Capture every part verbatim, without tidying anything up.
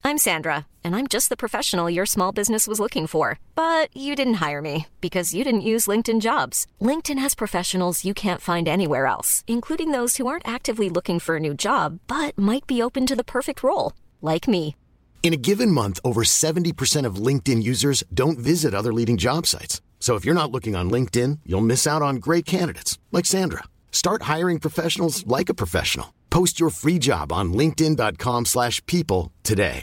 I'm Sandra, and I'm just the professional your small business was looking for. But you didn't hire me because you didn't use LinkedIn Jobs. LinkedIn has professionals you can't find anywhere else, including those who aren't actively looking for a new job, but might be open to the perfect role, like me. In a given month, over seventy percent of LinkedIn users don't visit other leading job sites. So if you're not looking on LinkedIn, you'll miss out on great candidates, like Sandra. Start hiring professionals like a professional. Post your free job on linkedin.com slash people today.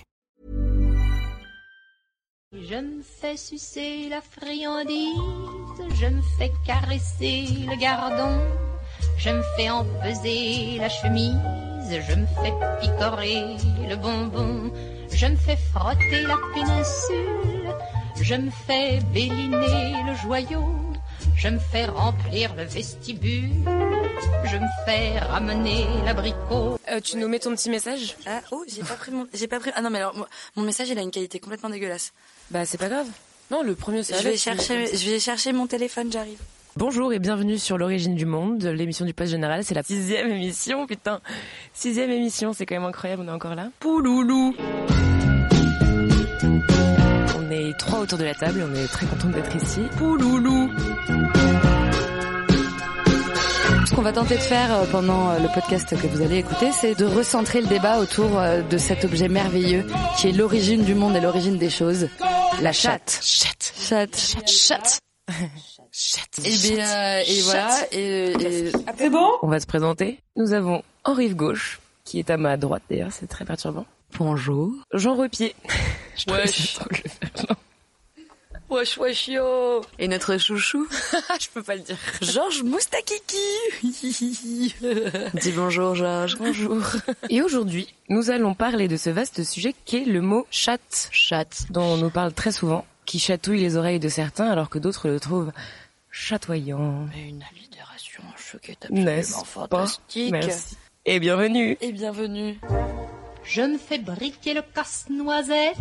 Je me fais sucer la friandise, je me fais caresser le gardon, je me fais empeser la chemise, je me fais picorer le bonbon, je me fais frotter la péninsule, je me fais béliner le joyau, je me fais remplir le vestibule, je me fais ramener l'abricot. Euh, tu nous mets ton petit message ? Ah, oh, j'ai pas pris mon, j'ai pas pris, ah non, mais alors, moi, mon message, il a une qualité complètement dégueulasse. Bah, c'est pas grave. Non, le premier, c'est... Je vais chercher, je vais chercher mon téléphone, j'arrive. Bonjour et bienvenue sur l'origine du monde, l'émission du Poste Général, c'est la sixième émission, putain. Sixième émission, c'est quand même incroyable, on est encore là. Pouloulou. On est trois autour de la table, on est très contents d'être ici. Pouloulou. Ce qu'on va tenter de faire pendant le podcast que vous allez écouter, c'est de recentrer le débat autour de cet objet merveilleux qui est l'origine du monde et l'origine des choses. La chatte. Chatte. Chatte. Chatte. Chatte. Chatte. Et bien, et voilà. Et, et... C'est bon ? On va se présenter. Nous avons en rive gauche, qui est à ma droite d'ailleurs, c'est très perturbant. Bonjour. Jean Repier. Je Wesh. Wesh, wesh, yo. Et notre chouchou. Je peux pas le dire. Georges Moustakiki. Dis bonjour, Georges. Bonjour. Et aujourd'hui, nous allons parler de ce vaste sujet qu'est le mot chatte. Chatte. Dont on nous parle très souvent, qui chatouille les oreilles de certains alors que d'autres le trouvent chatoyant. Mais une allitération choquée absolument fantastique. Merci. Et bienvenue. Et bienvenue. Je me fais briquer le casse-noisette,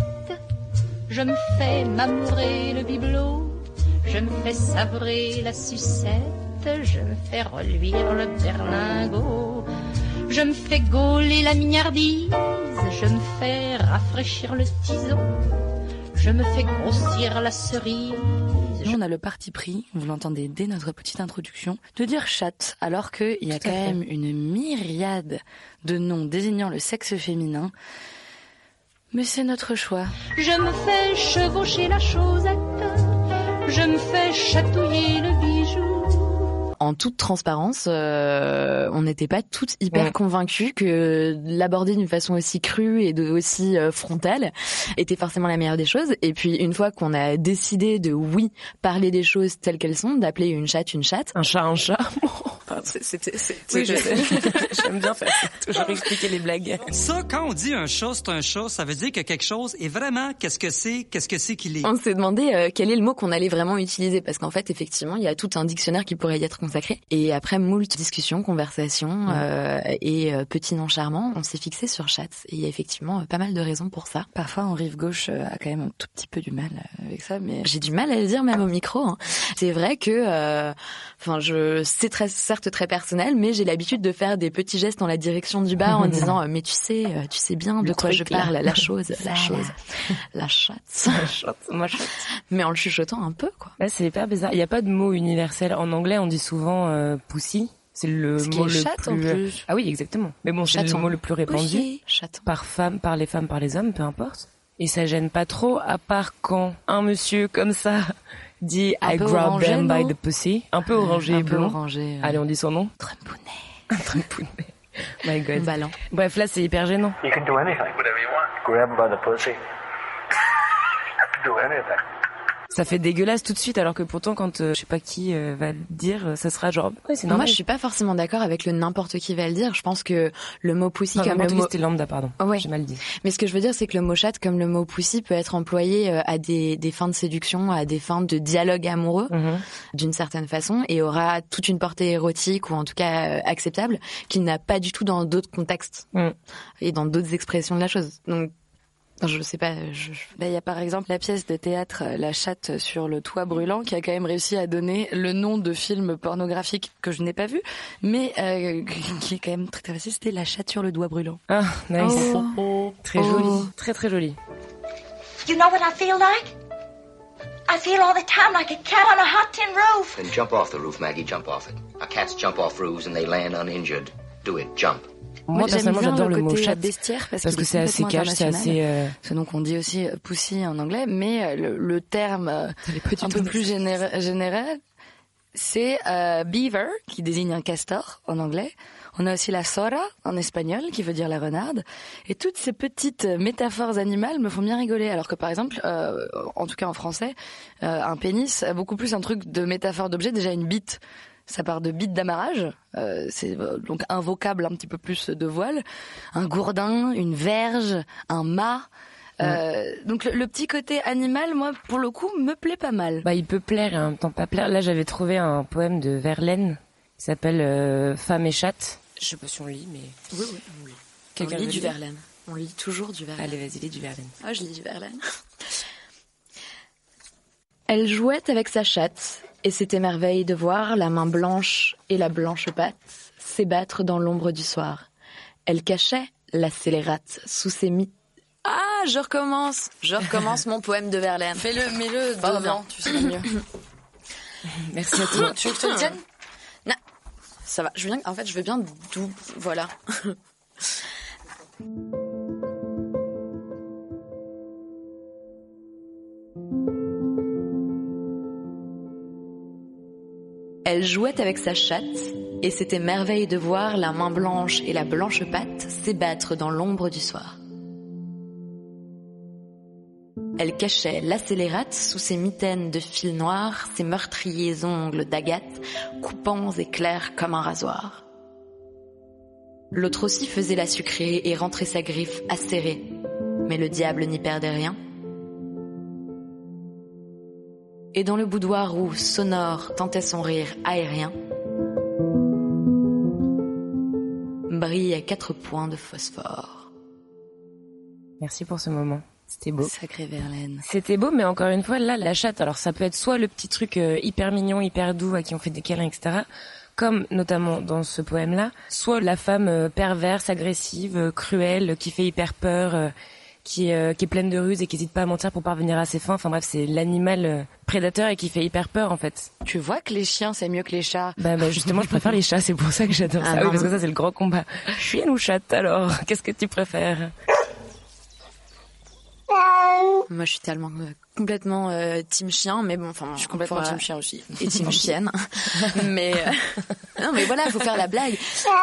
je me fais m'amourer le bibelot, je me fais sabrer la sucette, je me fais reluire le berlingot, je me fais gauler la mignardise, je me fais rafraîchir le tison, je me fais grossir la cerise. Nous, on a le parti pris, vous l'entendez dès notre petite introduction, de dire chatte, alors qu'il y a quand même une myriade de noms désignant le sexe féminin. Mais c'est notre choix. Je me fais chevaucher la chosette, je me fais chatouiller le bijou. En toute transparence, euh, on n'était pas toutes hyper ouais. convaincus que l'aborder d'une façon aussi crue et de, aussi euh, frontale était forcément la meilleure des choses. Et puis une fois qu'on a décidé de oui parler des choses telles qu'elles sont, d'appeler une chatte une chatte, un chat un chat. Enfin, c'était, c'était, oui, je sais. J'aime bien faire ça, toujours expliquer les blagues. Ça, quand on dit un chat, c'est un chat, ça veut dire que quelque chose est vraiment qu'est-ce que c'est, qu'est-ce que c'est qu'il est. On s'est demandé euh, quel est le mot qu'on allait vraiment utiliser parce qu'en fait, effectivement, il y a tout un dictionnaire qui pourrait y être consacré. Et après moult discussions, conversations mmh. euh, et euh, petits noms charmants, on s'est fixé sur chatte. Et il y a effectivement euh, pas mal de raisons pour ça. Parfois, en rive gauche euh, a quand même un tout petit peu du mal euh, avec ça, mais j'ai du mal à le dire même au micro. Hein. C'est vrai que, enfin, euh, je c'est très certes très personnel, mais j'ai l'habitude de faire des petits gestes dans la direction du bar en disant euh, mais tu sais, euh, tu sais bien de quoi je parle, là. la chose, la chose, la chatte, la chatte, ma chatte. Mais en le chuchotant un peu, quoi. Là, c'est hyper bizarre. Il y a pas de mot universel. En anglais, on dit souvent euh, pussy. C'est le Ce mot qui est le chatte, plus... en plus. Ah oui, exactement. Mais bon, c'est Chaton. le mot le plus répandu. Chaton. Par femme, par les femmes, par les hommes, peu importe. Et ça gêne pas trop, à part quand un monsieur comme ça dit un I grab orangé, them non by the pussy. Un peu orangé un et peu blond. Orangé, euh... Allez, on dit son nom. Trumpounet. Trumpounet. My God. Ballant. Bref, là, c'est hyper gênant. You can do anything. Whatever you want. Grab him by the pussy. Do anything. Ça fait dégueulasse tout de suite, alors que pourtant, quand euh, je sais pas qui euh, va le dire, ça sera genre, ouais, c'est normal. Moi, je suis pas forcément d'accord avec le n'importe qui va le dire. Je pense que le mot pussy, enfin, comme le mot... c'était lambda, pardon. Oh, ouais. J'ai mal dit. Mais ce que je veux dire, c'est que le mot chatte, comme le mot pussy, peut être employé euh, à des, des fins de séduction, à des fins de dialogue amoureux, mm-hmm. d'une certaine façon, et aura toute une portée érotique, ou en tout cas euh, acceptable, qu'il n'a pas du tout dans d'autres contextes, mm. et dans d'autres expressions de la chose. Donc, Je sais pas. Je... Ben, il y a par exemple la pièce de théâtre La chatte sur le toit brûlant qui a quand même réussi à donner le nom de film pornographique que je n'ai pas vu, mais euh, qui est quand même très très facile. C'était La chatte sur le doigt brûlant. Ah, nice. Oh. Oh. Très Oh. joli. Très très joli. You know what I feel like? I feel all the time like a cat on a hot tin roof. Then jump off the roof, Maggie, jump off it. Our cats jump off roofs and they land uninjured. Do it, jump. Moi, Moi personnellement, j'aime bien j'adore le le mot côté chatte bestiaire parce, parce que c'est assez cash, c'est assez. Euh... Donc on dit aussi pussy en anglais, mais le, le terme euh, un peu plus général, général c'est euh, beaver qui désigne un castor en anglais. On a aussi la sora en espagnol qui veut dire la renarde. Et toutes ces petites métaphores animales me font bien rigoler. Alors que par exemple, euh, en tout cas en français, euh, un pénis a beaucoup plus un truc de métaphore d'objet. Déjà une bite. Ça part de bite d'amarrage, euh, c'est euh, donc un vocable un petit peu plus de voile, un gourdin, une verge, un mât. Euh, ouais. Donc le, le petit côté animal, moi, pour le coup, me plaît pas mal. Bah, il peut plaire et en même temps pas plaire. Là, j'avais trouvé un poème de Verlaine qui s'appelle euh, Femme et chatte. Je sais pas si on lit, mais oui, oui, on lit. Quelqu'un on lit veut du lire Verlaine. On lit toujours du Verlaine. Allez, vas-y, lis du Verlaine. Ah, je lis du Verlaine. Elle jouait avec sa chatte. Et c'était merveille de voir la main blanche et la blanche patte s'ébattre dans l'ombre du soir. Elle cachait la scélérate sous ses mi... Ah, je recommence. Je recommence mon poème de Verlaine. Fais-le, mets-le devant, tu sais mieux. Merci à toi. Tu veux que je te le tienne ? Non, ça va. Je veux bien. En fait, je veux bien d'où. Voilà. Elle jouait avec sa chatte, et c'était merveille de voir la main blanche et la blanche patte s'ébattre dans l'ombre du soir. Elle cachait la scélérate sous ses mitaines de fil noir, ses meurtriers ongles d'agate, coupants et clairs comme un rasoir. L'autre aussi faisait la sucrée et rentrait sa griffe acérée, mais le diable n'y perdait rien. Et dans le boudoir où, sonore, tentait son rire aérien, brillaient quatre points de phosphore. Merci pour ce moment. C'était beau. Sacré Verlaine. C'était beau, mais encore une fois, là, la chatte, alors ça peut être soit le petit truc euh, hyper mignon, hyper doux, à qui on fait des câlins, et cetera, comme notamment dans ce poème-là, soit la femme euh, perverse, agressive, euh, cruelle, qui fait hyper peur, euh, qui est, euh, qui est pleine de ruses et qui hésite pas à mentir pour parvenir à ses fins. Enfin bref, c'est l'animal euh, prédateur et qui fait hyper peur en fait. Tu vois que les chiens c'est mieux que les chats. Bah, bah justement, je préfère les chats, c'est pour ça que j'adore ah ça. Non, oui, parce que ça c'est le grand combat. Chien ou chatte alors? Qu'est-ce que tu préfères? Moi, je suis tellement euh, complètement euh, team chien, mais bon, enfin, je suis complètement pour, team chien aussi et team chienne. mais euh, non, mais voilà, il faut faire la blague.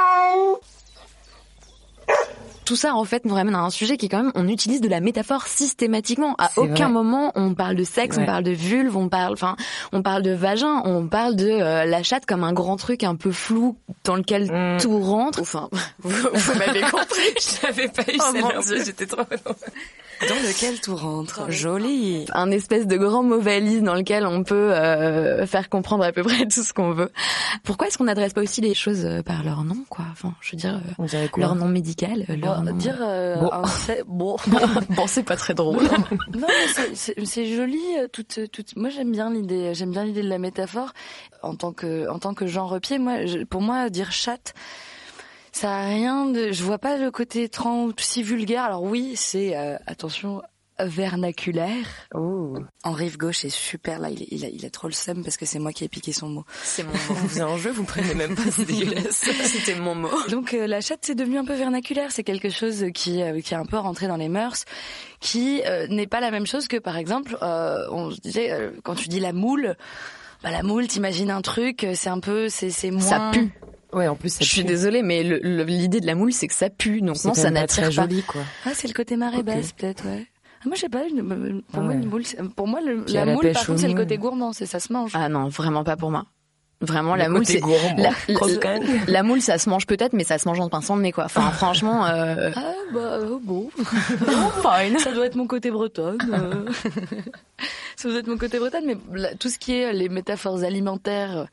Tout ça, en fait, nous ramène à un sujet qui est quand même, on utilise de la métaphore systématiquement. À c'est aucun vrai. moment, on parle de sexe, Ouais. on parle de vulve, on parle, enfin, on parle de vagin, on parle de euh, la chatte comme un grand truc un peu flou dans lequel Mm. tout rentre. Enfin, vous, vous m'avez compris. Je n'avais pas eu Oh, celle-là, mon en Dieu. plus, j'étais trop... dans lequel tout rentre. Joli. Un espèce de grand mot valise dans lequel on peut euh, faire comprendre à peu près tout ce qu'on veut. Pourquoi est-ce qu'on n'adresse pas aussi les choses euh, par leur nom, quoi? Enfin, je veux dire, euh, On dirait quoi? leur nom médical, euh, leur Bon, nom... dire euh, Bon. un fait- bon. bon, c'est pas très drôle. Non, mais c'est- c'est c'est joli. euh, Toute, toute. Moi, j'aime bien l'idée. J'aime bien l'idée de la métaphore. En tant que, en tant que genre pied, moi, je- pour moi, dire chatte, ça a rien de. Je vois pas le côté trop si vulgaire. Alors oui, c'est euh, attention. Vernaculaire. Oh. En rive gauche est super là, il, il, a, il a trop le seum parce que c'est moi qui ai piqué son mot. C'est mon mot. Vous avez un jeu, vous prenez même pas, c'est dégueulasse. C'était mon mot. Donc euh, la chatte c'est devenu un peu vernaculaire, c'est quelque chose qui euh, qui est un peu rentré dans les mœurs, qui euh, n'est pas la même chose que par exemple, euh, on se disait euh, quand tu dis la moule, bah la moule t'imagines un truc, c'est un peu c'est c'est moins. Ça pue. Ouais, en plus, ça Je suis pue. désolée, mais le- le- l'idée de la moule, c'est que ça pue, donc C'est non, quand ça même pas n'attire très pas. joli, quoi. Ah c'est le côté marée Ok. basse peut-être ouais. Ah, moi je sais pas, une- pour Ah moi ouais. une moule, c'est- pour moi le, Puis la à la moule pêche par aux contre c'est le moules. côté gourmand, c'est ça se mange. Ah non, vraiment pas pour moi. Vraiment, Le la moule, côté c'est gourmand. la, la- Croquant. la moule, ça se mange peut-être, mais ça se mange en pinçant le nez, quoi. Enfin, franchement, euh... Ah bah euh, bon. fine. Ça doit être mon côté bretonne. euh. Ça doit être mon côté bretonne, mais la- tout ce qui est les métaphores alimentaires,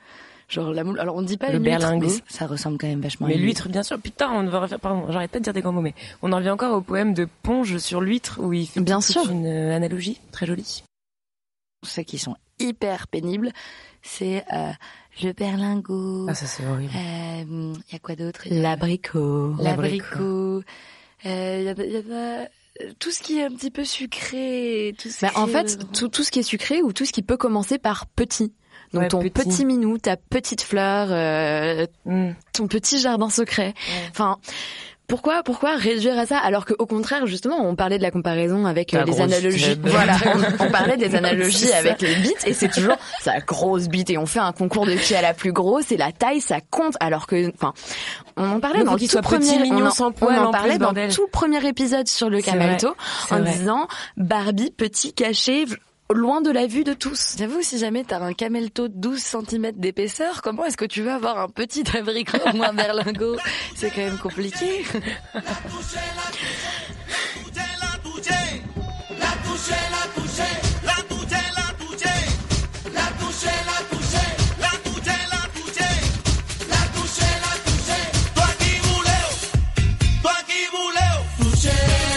Genre la moule. Alors on dit pas le une berlingot, huître, mais ça ressemble quand même vachement. Mais à une l'huître, bien sûr. Putain, on va refaire. Pardon, j'arrête pas de dire des grands mots, mais on en revient encore au poème de Ponge sur l'huître où il fait bien toute sûr une euh, analogie très jolie. Ceux qui sont hyper pénibles, c'est euh, le berlingot. Ah ça c'est horrible. Il euh, y a quoi d'autre? L'abricot. L'abricot. Il euh, y a, y a tout ce qui est un petit peu sucré. Tout ce bah, qui en est... fait, tout, tout ce qui est sucré ou tout ce qui peut commencer par petit. Donc ouais, ton petit. petit minou, ta petite fleur, euh, mm. ton petit jardin secret. Ouais. Enfin. Pourquoi, pourquoi réduire à ça alors qu'au contraire, justement, on parlait de la comparaison avec euh, les analogies. Tube. Voilà, on, on parlait des analogies avec les bites et c'est toujours sa grosse bite et on fait un concours de qui a la plus grosse et la taille, ça compte. Alors que, enfin, on en parlait Mais dans le tout premier, petit, mignon, on en, sans poil, on en en parlait plus, dans bordel. tout le premier épisode sur le Camalto en vrai. disant Barbie petit caché. Loin de la vue de tous. J'avoue, si jamais t'as un camelto de douze centimètres d'épaisseur, comment est-ce que tu veux avoir un petit abricot ou un berlingot? C'est quand même compliqué. La toucher, la toucher, la toucher, la toucher, la toucher, la toucher, la toucher, la toucher, la toucher, la toucher, la toucher, la toucher, toi qui voulais, toi qui voulais, toucher,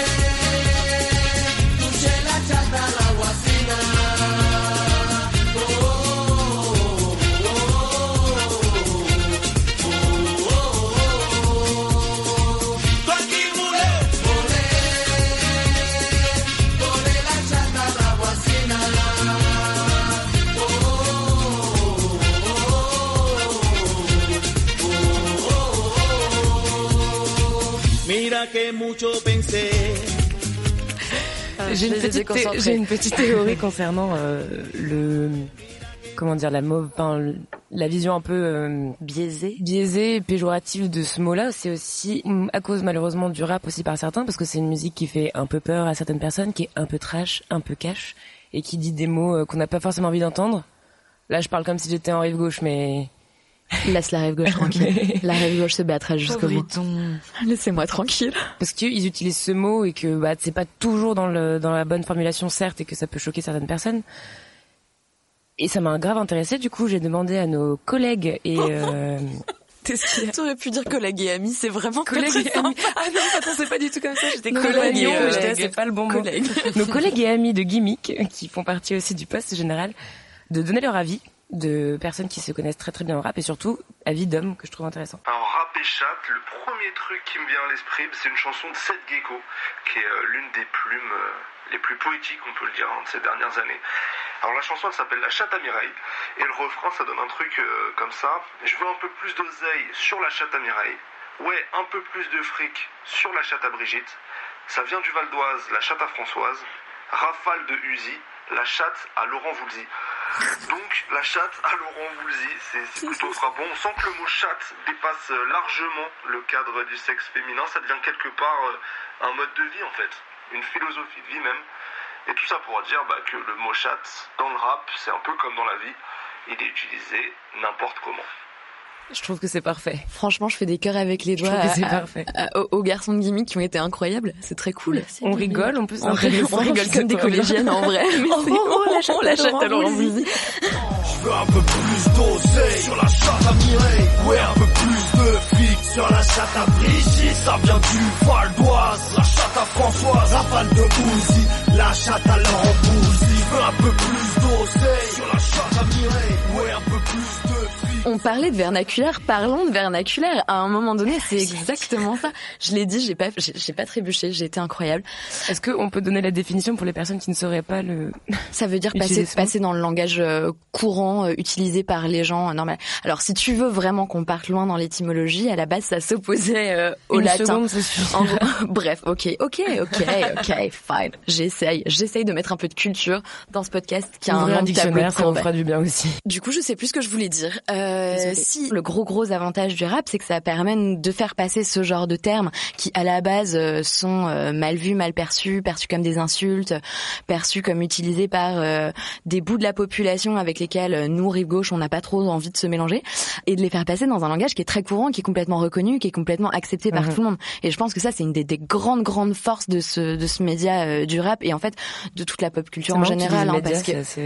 toucher la chata, la voici. J'ai une, petite thé- j'ai une petite théorie concernant euh, le comment dire la mauve, enfin, la vision un peu euh, biaisée, biaisée, péjorative de ce mot-là. C'est aussi à cause malheureusement du rap aussi par certains, parce que c'est une musique qui fait un peu peur à certaines personnes, qui est un peu trash, un peu cash, et qui dit des mots euh, qu'on n'a pas forcément envie d'entendre. Là, je parle comme si j'étais en rive gauche, mais laisse la rive gauche tranquille. La rive gauche se battra jusqu'au bout. Laissez-moi tranquille. Parce qu'ils utilisent ce mot et que bah c'est pas toujours dans le dans la bonne formulation certes et que ça peut choquer certaines personnes. Et ça m'a grave intéressée. Du coup, j'ai demandé à nos collègues et euh... T'aurais pu dire collègues et amis, c'est vraiment collègues et amis. Ah non, attends, c'est pas du tout comme ça. J'étais collègue et euh, j'étais c'est pas le bon mot. Nos collègues et amis de Gimmick, qui font partie aussi du poste général, de donner leur avis de personnes qui se connaissent très très bien au rap et surtout avis d'hommes que je trouve intéressant. Alors rap et chat, le premier truc qui me vient à l'esprit, c'est une chanson de Seth Gecko, qui est euh, l'une des plumes euh, les plus poétiques, on peut le dire, hein, de ces dernières années. Alors la chanson elle s'appelle La chatte à Mireille et le refrain ça donne un truc euh, comme ça. Je veux un peu plus d'oseille sur la chatte à Mireille. Ouais, un peu plus de fric sur la chatte à Brigitte. Ça vient du Val d'Oise, la chatte à Françoise. Rafale de Uzi, la chatte à Laurent Voulzy. Donc la chatte à Laurent Voulzy, c'est, c'est plutôt frappant. On sent que le mot chatte dépasse largement le cadre du sexe féminin. Ça devient quelque part euh, un mode de vie en fait, une philosophie de vie même. Et tout ça pour dire bah, que le mot chatte dans le rap, c'est un peu comme dans la vie, il est utilisé n'importe comment. Je trouve que c'est parfait. Franchement, je fais des cœurs avec les doigts je trouve que c'est à, parfait. À, à, aux, aux garçons de Gimmick qui ont été incroyables. C'est très cool. Merci, on rigole, en plus. On, rigole, on rigole comme des collégiennes en vrai. Mais oh, oh, oh, la chatte, la chatte à Laurent Voulzy. Je veux un peu plus d'oseille sur la chatte à Mireille. Ouais, un peu plus de fric sur la chatte à Brigitte. Ça vient du Val d'Oise. La chatte à Françoise. Rafale de Uzi. La chatte à Laurent Voulzy. Je veux un peu plus d'oseille sur la chatte à Mireille. Ouais, un peu plus de fric. On parlait de vernaculaire, parlons de vernaculaire. À un moment donné, c'est exactement ça. Je l'ai dit, j'ai pas, j'ai, j'ai pas trébuché, j'ai été incroyable. Est-ce qu'on peut donner la définition pour les personnes qui ne sauraient pas le... Ça veut dire passer, passer dans le langage euh, courant, euh, utilisé par les gens euh, normal. Alors, si tu veux vraiment qu'on parte loin dans l'étymologie, à la base, ça s'opposait euh, au Une latin. Seconde, c'est sûr. En gros, bref, ok, ok, ok, ok, fine. J'essaye, j'essaye de mettre un peu de culture dans ce podcast qui a Ouvrir un un dictionnaire, ça vous bah. fera du bien aussi. Du coup, je sais plus ce que je voulais dire. Euh, si le gros gros avantage du rap, c'est que ça permet de faire passer ce genre de termes qui à la base euh, sont euh, mal vus, mal perçus, perçus comme des insultes, perçus comme utilisés par euh, des bouts de la population avec lesquels euh, nous rive gauche on n'a pas trop envie de se mélanger, et de les faire passer dans un langage qui est très courant, qui est complètement reconnu, qui est complètement accepté par mmh. tout le monde. Et je pense que ça c'est une des, des grandes grandes forces de ce de ce média euh, du rap et en fait de toute la pop culture c'est en général, hein, média, parce que c'est assez...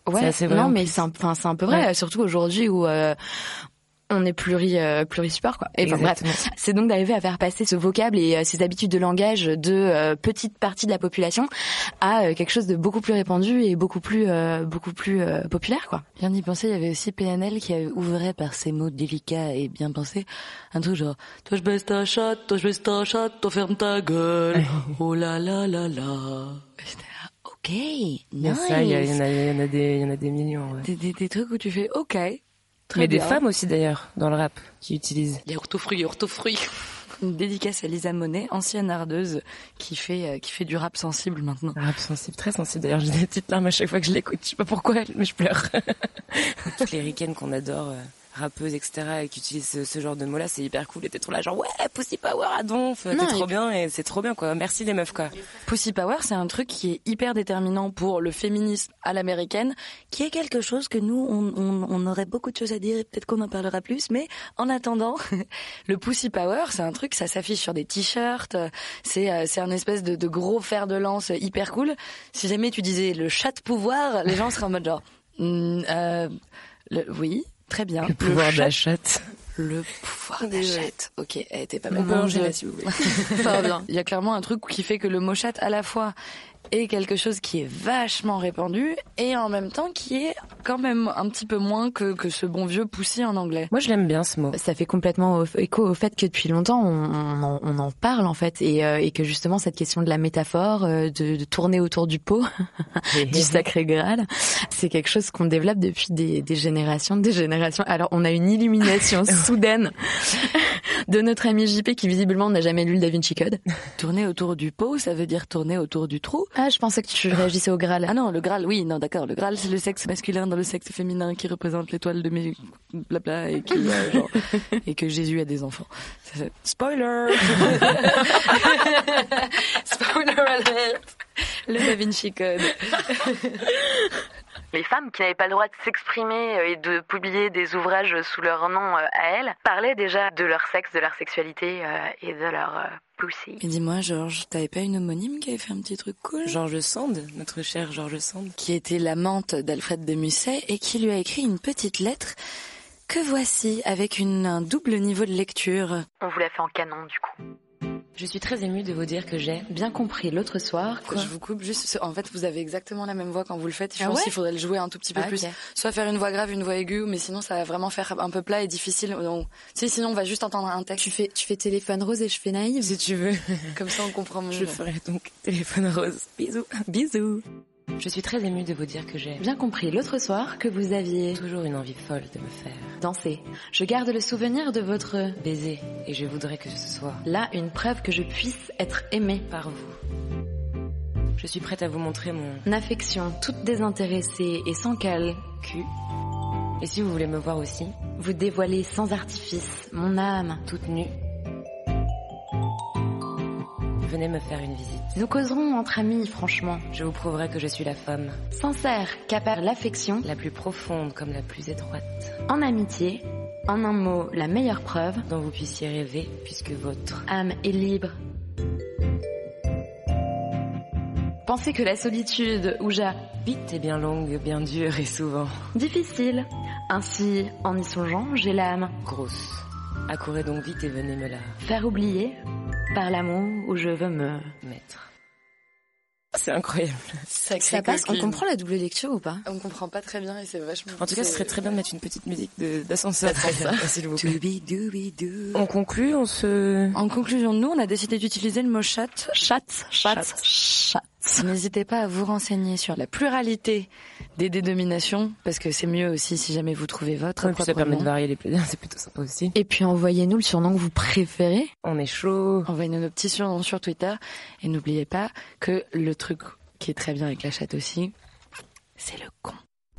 Ouais, c'est vrai, non, mais c'est un, enfin, c'est un peu vrai, ouais. Surtout aujourd'hui où euh, on est pluri, euh, plurisport, quoi. Et enfin, bref, c'est donc d'arriver à faire passer ce vocable et euh, ces habitudes de langage de euh, petite partie de la population à euh, quelque chose de beaucoup plus répandu et beaucoup plus, euh, beaucoup plus euh, populaire, quoi. Bien d'y penser, il y avait aussi P N L qui ouvrait par ces mots délicats et bien pensés un truc genre « Toi je baisse ta chatte, toi je baisse ta chatte, toi ferme ta gueule, oh là là là là ». Ok, nice. Il y a ça, il y, y en a, il y en a des, il y en a des millions. Ouais. Des, des, des trucs où tu fais ok. Très Mais bien. des femmes aussi d'ailleurs dans le rap qui utilisent. Les orthofruits, orthofruits. Une dédicace à Lisa Monet, ancienne ardeuse qui fait euh, qui fait du rap sensible maintenant. Rap sensible, très sensible. D'ailleurs, j'ai des petites larmes à chaque fois que je l'écoute. Je sais pas pourquoi, mais je pleure. Toutes les ricaines qu'on adore. Euh... rappeuses, et cetera, et qui utilisent ce, ce genre de mots-là, c'est hyper cool. Et t'es trop là, genre, ouais, Pussy Power à donf, t'es trop bien, et c'est trop bien, quoi. Merci les meufs, quoi. Pussy Power, c'est un truc qui est hyper déterminant pour le féminisme à l'américaine, qui est quelque chose que nous, on, on, on aurait beaucoup de choses à dire, et peut-être qu'on en parlera plus, mais en attendant, le Pussy Power, c'est un truc, ça s'affiche sur des t-shirts, c'est, c'est un espèce de, de gros fer de lance hyper cool. Si jamais tu disais le chat de pouvoir, les gens seraient en mode genre, mm, euh, le, oui, très bien. Le pouvoir de la chatte. Le pouvoir de la chatte. Ok, elle était pas mal. On peut enchaîner si vous voulez. Pas bien. Il y a clairement un truc qui fait que le mot chatte à la fois est quelque chose qui est vachement répandu et en même temps qui est quand même un petit peu moins que, que ce bon vieux Pussy en anglais. Moi je l'aime bien ce mot. Ça fait complètement écho au fait que depuis longtemps on, on, en, on en parle en fait et, euh, et que justement cette question de la métaphore, euh, de, de tourner autour du pot, du sacré Graal, c'est quelque chose qu'on développe depuis des, des générations, des générations. Alors on a une illumination soudaine de notre ami J P qui visiblement n'a jamais lu le Da Vinci Code. Tourner autour du pot, ça veut dire tourner autour du trou. Ah, je pensais que tu réagissais au Graal. Ah non, le Graal, oui, non, d'accord. Le Graal, c'est le sexe masculin dans le sexe féminin qui représente l'étoile de mes blabla et qui, euh, genre, et que Jésus a des enfants. C'est... Spoiler! Spoiler alert! Le Da Vinci Code. Les femmes qui n'avaient pas le droit de s'exprimer et de publier des ouvrages sous leur nom à elles parlaient déjà de leur sexe, de leur sexualité et de leur pussy. Et dis-moi, Georges, t'avais pas une homonyme qui avait fait un petit truc cool? Georges Sand, notre cher Georges Sand. Qui était l'amante d'Alfred de Musset et qui lui a écrit une petite lettre que voici avec une, un double niveau de lecture. On vous l'a fait en canon du coup. Je suis très émue de vous dire que j'ai bien compris l'autre soir. Quoi ? Je vous coupe juste. En fait, vous avez exactement la même voix quand vous le faites. Je ah pense ouais qu'il faudrait le jouer un tout petit peu ah, plus. Okay. Soit faire une voix grave, une voix aiguë, mais sinon ça va vraiment faire un peu plat et difficile. Donc, si, sinon on va juste entendre un texte. Tu fais, tu fais téléphone rose et je fais naïve. Si tu veux. Comme ça, on comprend mieux. Je ferai donc téléphone rose. Bisous. Bisous. Je suis très émue de vous dire que j'ai bien compris l'autre soir que vous aviez toujours une envie folle de me faire danser. Je garde le souvenir de votre baiser et je voudrais que ce soit là une preuve que je puisse être aimée par vous. Je suis prête à vous montrer mon affection toute désintéressée et sans calcul. Et si vous voulez me voir aussi, vous dévoiler sans artifice mon âme toute nue. Venez me faire une visite. Nous causerons entre amis, franchement. Je vous prouverai que je suis la femme sincère, capable l'affection, la plus profonde comme la plus étroite. En amitié, en un mot, la meilleure preuve dont vous puissiez rêver, puisque votre âme est libre. Pensez que la solitude où j'habite est bien longue, bien dure et souvent difficile. Ainsi, en y songeant, j'ai l'âme grosse. Accourez donc vite et venez me la faire oublier par l'amour où je veux me mettre. C'est incroyable. Sacré ça passe, on comprend la double lecture ou pas? On comprend pas très bien et c'est vachement... En tout cas, ce serait très bien de mettre une petite musique de, d'ascenseur, s'il vous plaît. On conclut, on se... En conclusion, nous, on a décidé d'utiliser le mot chat. Chat, chat, chat. N'hésitez pas à vous renseigner sur la pluralité des dénominations, parce que c'est mieux aussi si jamais vous trouvez votre. Oui, puis ça permet de varier les plaisirs, c'est plutôt sympa aussi. Et puis envoyez-nous le surnom que vous préférez. On est chaud. Envoyez-nous nos petits surnoms sur Twitter. Et n'oubliez pas que le truc qui est très bien avec la chatte aussi, c'est le con.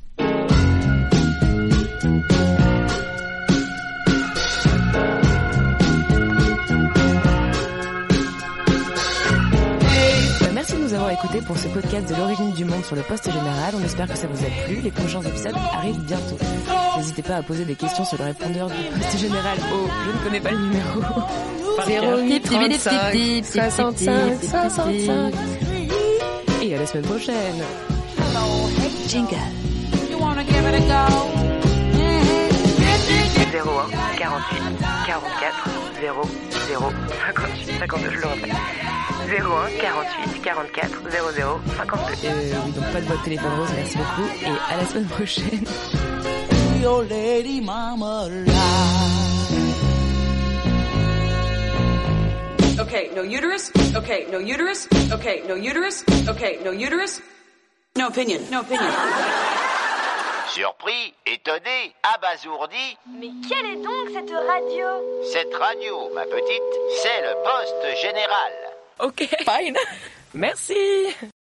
Merci de nous avoir écoutés pour ce podcast de l'origine du monde sur le poste général. On espère que ça vous a plu. Les prochains épisodes arrivent bientôt. N'hésitez pas à poser des questions sur le répondeur du poste général au je ne connais pas le numéro. zéro huit trente-cinq soixante-cinq soixante-cinq. Et à la semaine prochaine. Jingle. gonna give it a go. zéro un quarante-huit quarante-quatre zéro zéro cinquante-huit cinquante-deux, je le répète. zéro un quarante-huit quarante-quatre zéro zéro cinquante-deux. Euh, oui, donc pas de boîte téléphone rose, merci beaucoup. Et à la semaine prochaine. Your lady mama lie. Okay, no uterus. Okay, no uterus. Okay, no uterus. Okay, no uterus. No opinion. No opinion. Surpris, étonné, abasourdi. Mais quelle est donc cette radio? Cette radio, ma petite, c'est le poste général. Ok, fine. Merci.